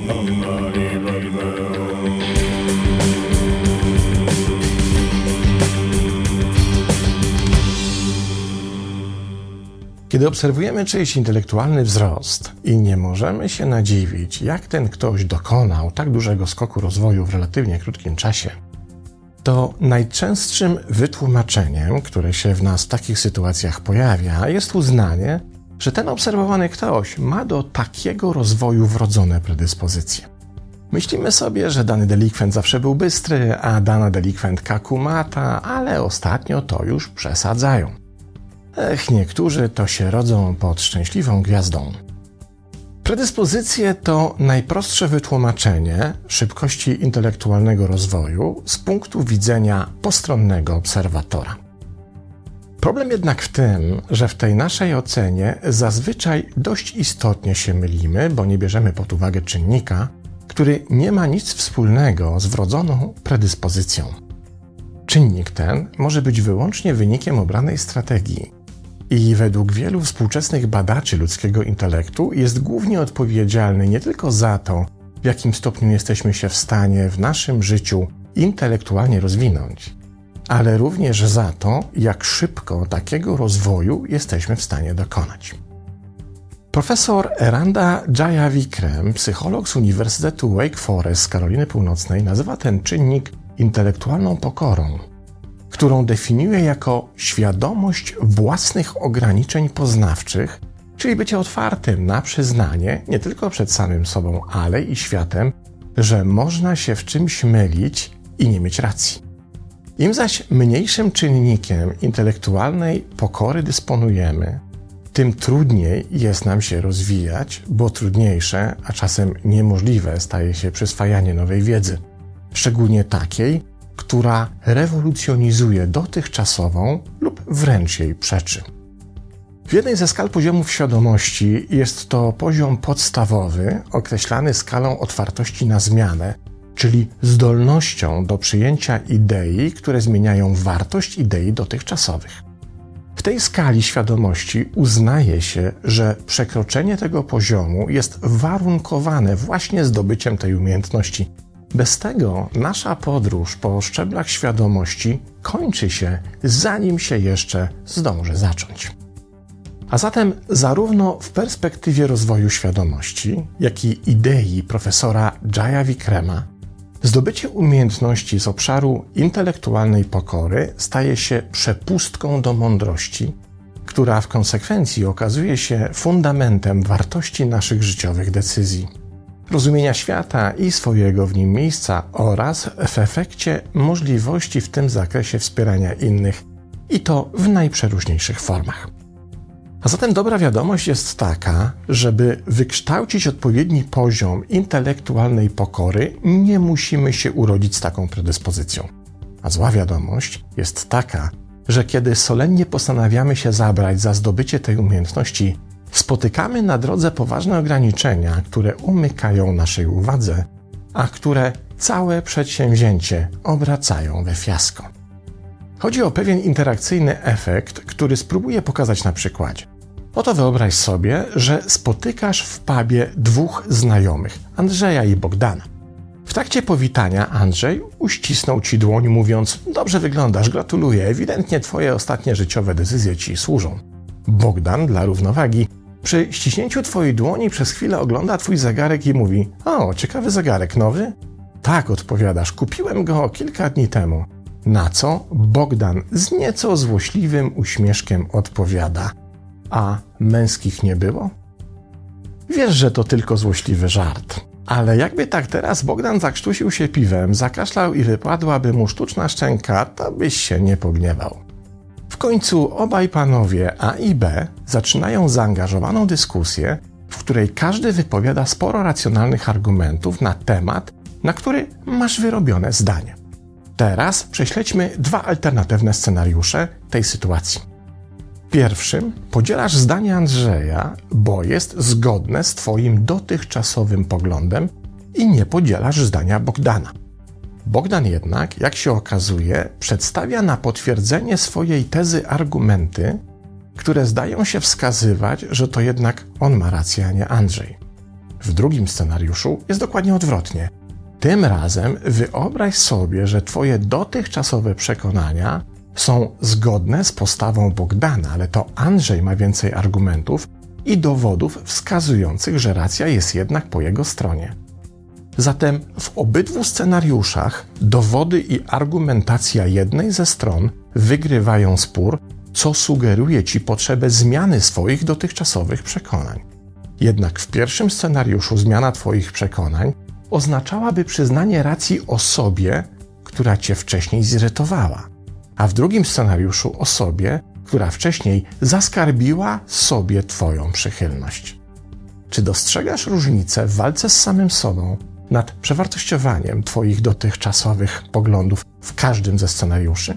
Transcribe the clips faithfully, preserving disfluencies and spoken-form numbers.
Kiedy obserwujemy czyjś intelektualny wzrost i nie możemy się nadziwić, jak ten ktoś dokonał tak dużego skoku rozwoju w relatywnie krótkim czasie, to najczęstszym wytłumaczeniem, które się w nas w takich sytuacjach pojawia, jest uznanie, że ten obserwowany ktoś ma do takiego rozwoju wrodzone predyspozycje. Myślimy sobie, że dany delikwent zawsze był bystry, a dana delikwentka kumata, ale ostatnio to już przesadzają. Ech, niektórzy to się rodzą pod szczęśliwą gwiazdą. Predyspozycje to najprostsze wytłumaczenie szybkości intelektualnego rozwoju z punktu widzenia postronnego obserwatora. Problem jednak w tym, że w tej naszej ocenie zazwyczaj dość istotnie się mylimy, bo nie bierzemy pod uwagę czynnika, który nie ma nic wspólnego z wrodzoną predyspozycją. Czynnik ten może być wyłącznie wynikiem obranej strategii i według wielu współczesnych badaczy ludzkiego intelektu jest głównie odpowiedzialny nie tylko za to, w jakim stopniu jesteśmy się w stanie w naszym życiu intelektualnie rozwinąć, ale również za to, jak szybko takiego rozwoju jesteśmy w stanie dokonać. Profesor Aranda Jayavikrem, psycholog z Uniwersytetu Wake Forest z Karoliny Północnej, nazywa ten czynnik intelektualną pokorą, którą definiuje jako świadomość własnych ograniczeń poznawczych, czyli bycie otwartym na przyznanie nie tylko przed samym sobą, ale i światem, że można się w czymś mylić i nie mieć racji. Im zaś mniejszym czynnikiem intelektualnej pokory dysponujemy, tym trudniej jest nam się rozwijać, bo trudniejsze, a czasem niemożliwe staje się przyswajanie nowej wiedzy, szczególnie takiej, która rewolucjonizuje dotychczasową lub wręcz jej przeczy. W jednej ze skal poziomów świadomości jest to poziom podstawowy, określany skalą otwartości na zmianę, czyli zdolnością do przyjęcia idei, które zmieniają wartość idei dotychczasowych. W tej skali świadomości uznaje się, że przekroczenie tego poziomu jest warunkowane właśnie zdobyciem tej umiejętności. Bez tego nasza podróż po szczeblach świadomości kończy się, zanim się jeszcze zdąży zacząć. A zatem zarówno w perspektywie rozwoju świadomości, jak i idei profesora Jayavikrema, zdobycie umiejętności z obszaru intelektualnej pokory staje się przepustką do mądrości, która w konsekwencji okazuje się fundamentem wartości naszych życiowych decyzji, rozumienia świata i swojego w nim miejsca oraz w efekcie możliwości w tym zakresie wspierania innych i to w najprzeróżniejszych formach. A zatem dobra wiadomość jest taka, żeby wykształcić odpowiedni poziom intelektualnej pokory, nie musimy się urodzić z taką predyspozycją. A zła wiadomość jest taka, że kiedy solennie postanawiamy się zabrać za zdobycie tej umiejętności, spotykamy na drodze poważne ograniczenia, które umykają naszej uwadze, a które całe przedsięwzięcie obracają we fiasko. Chodzi o pewien interakcyjny efekt, który spróbuję pokazać na przykładzie. Oto wyobraź sobie, że spotykasz w pubie dwóch znajomych, Andrzeja i Bogdana. W trakcie powitania Andrzej uścisnął ci dłoń, mówiąc: dobrze wyglądasz, gratuluję, ewidentnie twoje ostatnie życiowe decyzje ci służą. Bogdan dla równowagi przy ściśnięciu twojej dłoni przez chwilę ogląda twój zegarek i mówi: o, ciekawy zegarek, nowy? Tak, odpowiadasz, kupiłem go kilka dni temu. Na co Bogdan z nieco złośliwym uśmieszkiem odpowiada: a męskich nie było? Wiesz, że to tylko złośliwy żart. Ale jakby tak teraz Bogdan zakrztusił się piwem, zakaszlał i wypadłaby mu sztuczna szczęka, to byś się nie pogniewał. W końcu obaj panowie A i B zaczynają zaangażowaną dyskusję, w której każdy wypowiada sporo racjonalnych argumentów na temat, na który masz wyrobione zdanie. Teraz prześledźmy dwa alternatywne scenariusze tej sytuacji. W pierwszym podzielasz zdanie Andrzeja, bo jest zgodne z twoim dotychczasowym poglądem i nie podzielasz zdania Bogdana. Bogdan jednak, jak się okazuje, przedstawia na potwierdzenie swojej tezy argumenty, które zdają się wskazywać, że to jednak on ma rację, a nie Andrzej. W drugim scenariuszu jest dokładnie odwrotnie. Tym razem wyobraź sobie, że twoje dotychczasowe przekonania są zgodne z postawą Bogdana, ale to Andrzej ma więcej argumentów i dowodów wskazujących, że racja jest jednak po jego stronie. Zatem w obydwu scenariuszach dowody i argumentacja jednej ze stron wygrywają spór, co sugeruje ci potrzebę zmiany swoich dotychczasowych przekonań. Jednak w pierwszym scenariuszu zmiana twoich przekonań oznaczałaby przyznanie racji osobie, która cię wcześniej zirytowała, a w drugim scenariuszu osobie, która wcześniej zaskarbiła sobie twoją przychylność. Czy dostrzegasz różnicę w walce z samym sobą nad przewartościowaniem twoich dotychczasowych poglądów w każdym ze scenariuszy?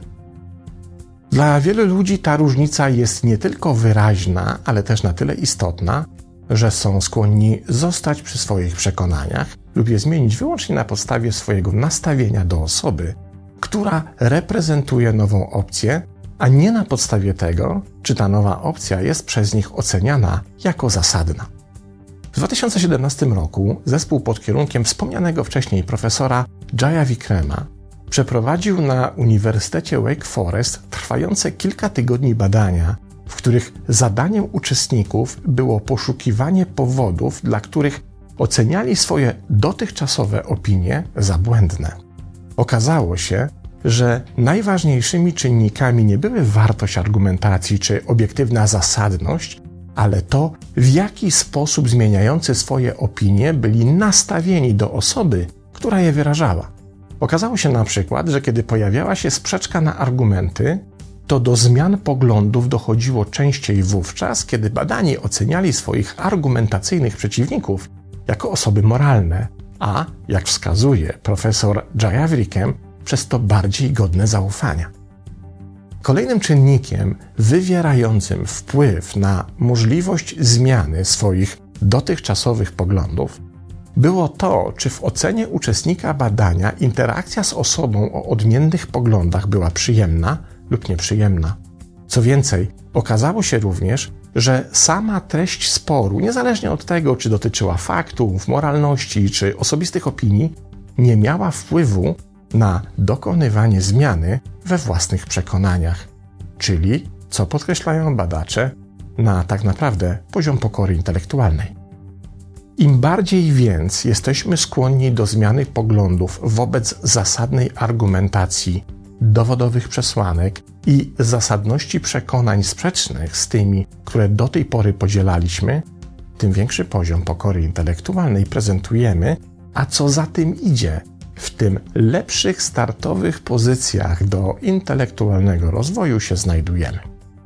Dla wielu ludzi ta różnica jest nie tylko wyraźna, ale też na tyle istotna, że są skłonni zostać przy swoich przekonaniach lub je zmienić wyłącznie na podstawie swojego nastawienia do osoby, która reprezentuje nową opcję, a nie na podstawie tego, czy ta nowa opcja jest przez nich oceniana jako zasadna. W dwa tysiące siedemnastym roku zespół pod kierunkiem wspomnianego wcześniej profesora Jaya Vikrema przeprowadził na Uniwersytecie Wake Forest trwające kilka tygodni badania, w których zadaniem uczestników było poszukiwanie powodów, dla których oceniali swoje dotychczasowe opinie za błędne. Okazało się, że najważniejszymi czynnikami nie były wartość argumentacji czy obiektywna zasadność, ale to, w jaki sposób zmieniający swoje opinie byli nastawieni do osoby, która je wyrażała. Okazało się na przykład, że kiedy pojawiała się sprzeczka na argumenty, to do zmian poglądów dochodziło częściej wówczas, kiedy badani oceniali swoich argumentacyjnych przeciwników jako osoby moralne, a, jak wskazuje profesor Jaya Vikrem, przez to bardziej godne zaufania. Kolejnym czynnikiem wywierającym wpływ na możliwość zmiany swoich dotychczasowych poglądów było to, czy w ocenie uczestnika badania interakcja z osobą o odmiennych poglądach była przyjemna lub nieprzyjemna. Co więcej, okazało się również, że sama treść sporu, niezależnie od tego, czy dotyczyła faktów, moralności czy osobistych opinii, nie miała wpływu na dokonywanie zmiany we własnych przekonaniach, czyli, co podkreślają badacze, na tak naprawdę poziom pokory intelektualnej. Im bardziej więc jesteśmy skłonni do zmiany poglądów wobec zasadnej argumentacji, dowodowych przesłanek i zasadności przekonań sprzecznych z tymi, które do tej pory podzielaliśmy, tym większy poziom pokory intelektualnej prezentujemy, a co za tym idzie, w tym lepszych startowych pozycjach do intelektualnego rozwoju się znajdujemy.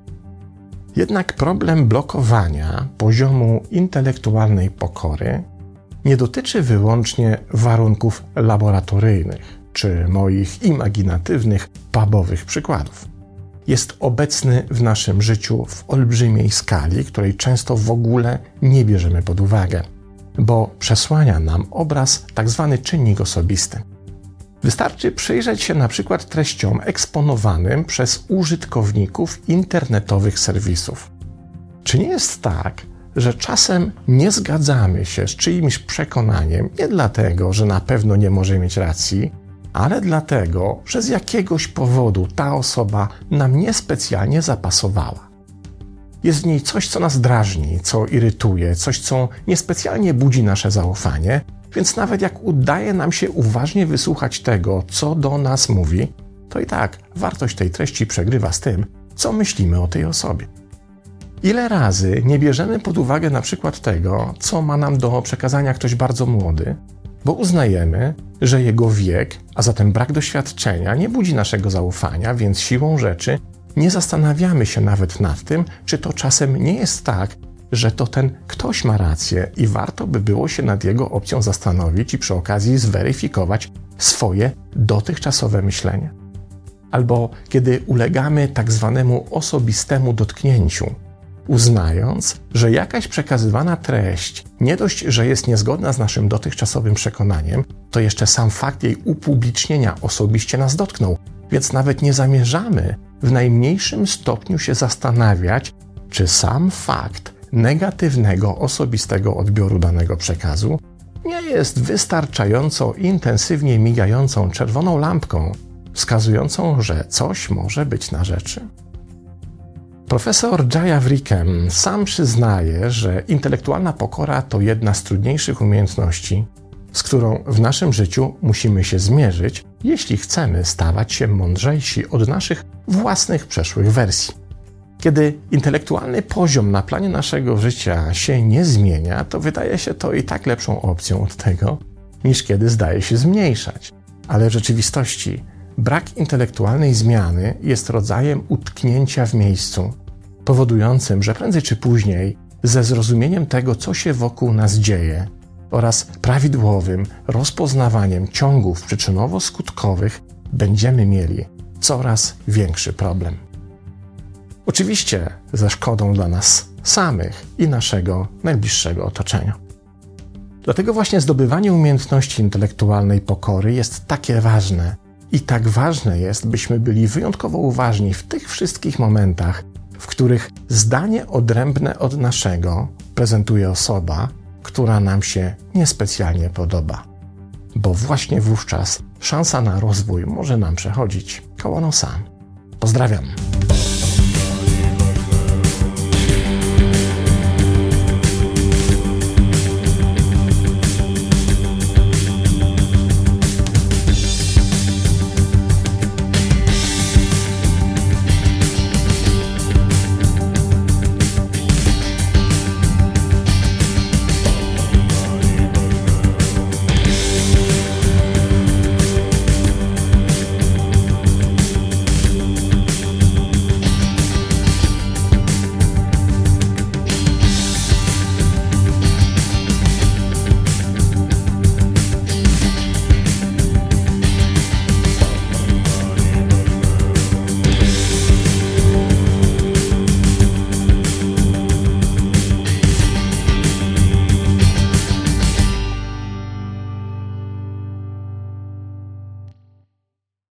Jednak problem blokowania poziomu intelektualnej pokory nie dotyczy wyłącznie warunków laboratoryjnych czy moich imaginatywnych, pubowych przykładów. Jest obecny w naszym życiu w olbrzymiej skali, której często w ogóle nie bierzemy pod uwagę, bo przesłania nam obraz tzw. czynnik osobisty. Wystarczy przyjrzeć się na przykład treściom eksponowanym przez użytkowników internetowych serwisów. Czy nie jest tak, że czasem nie zgadzamy się z czyimś przekonaniem nie dlatego, że na pewno nie może mieć racji, ale dlatego, że z jakiegoś powodu ta osoba nam niespecjalnie zapasowała? Jest w niej coś, co nas drażni, co irytuje, coś, co niespecjalnie budzi nasze zaufanie, więc nawet jak udaje nam się uważnie wysłuchać tego, co do nas mówi, to i tak wartość tej treści przegrywa z tym, co myślimy o tej osobie. Ile razy nie bierzemy pod uwagę na przykład tego, co ma nam do przekazania ktoś bardzo młody, bo uznajemy, że jego wiek, a zatem brak doświadczenia nie budzi naszego zaufania, więc siłą rzeczy nie zastanawiamy się nawet nad tym, czy to czasem nie jest tak, że to ten ktoś ma rację i warto by było się nad jego opcją zastanowić i przy okazji zweryfikować swoje dotychczasowe myślenie. Albo kiedy ulegamy tak zwanemu osobistemu dotknięciu, uznając, że jakaś przekazywana treść nie dość, że jest niezgodna z naszym dotychczasowym przekonaniem, to jeszcze sam fakt jej upublicznienia osobiście nas dotknął, więc nawet nie zamierzamy w najmniejszym stopniu się zastanawiać, czy sam fakt negatywnego, osobistego odbioru danego przekazu nie jest wystarczająco intensywnie migającą czerwoną lampką, wskazującą, że coś może być na rzeczy. Profesor Jayavrikem sam przyznaje, że intelektualna pokora to jedna z trudniejszych umiejętności, z którą w naszym życiu musimy się zmierzyć, jeśli chcemy stawać się mądrzejsi od naszych własnych przeszłych wersji. Kiedy intelektualny poziom na planie naszego życia się nie zmienia, to wydaje się to i tak lepszą opcją od tego, niż kiedy zdaje się zmniejszać. Ale w rzeczywistości brak intelektualnej zmiany jest rodzajem utknięcia w miejscu, powodującym, że prędzej czy później ze zrozumieniem tego, co się wokół nas dzieje oraz prawidłowym rozpoznawaniem ciągów przyczynowo-skutkowych będziemy mieli coraz większy problem. Oczywiście ze szkodą dla nas samych i naszego najbliższego otoczenia. Dlatego właśnie zdobywanie umiejętności intelektualnej pokory jest takie ważne i tak ważne jest, byśmy byli wyjątkowo uważni w tych wszystkich momentach, w których zdanie odrębne od naszego prezentuje osoba, która nam się niespecjalnie podoba. Bo właśnie wówczas szansa na rozwój może nam przechodzić koło nosa. Pozdrawiam.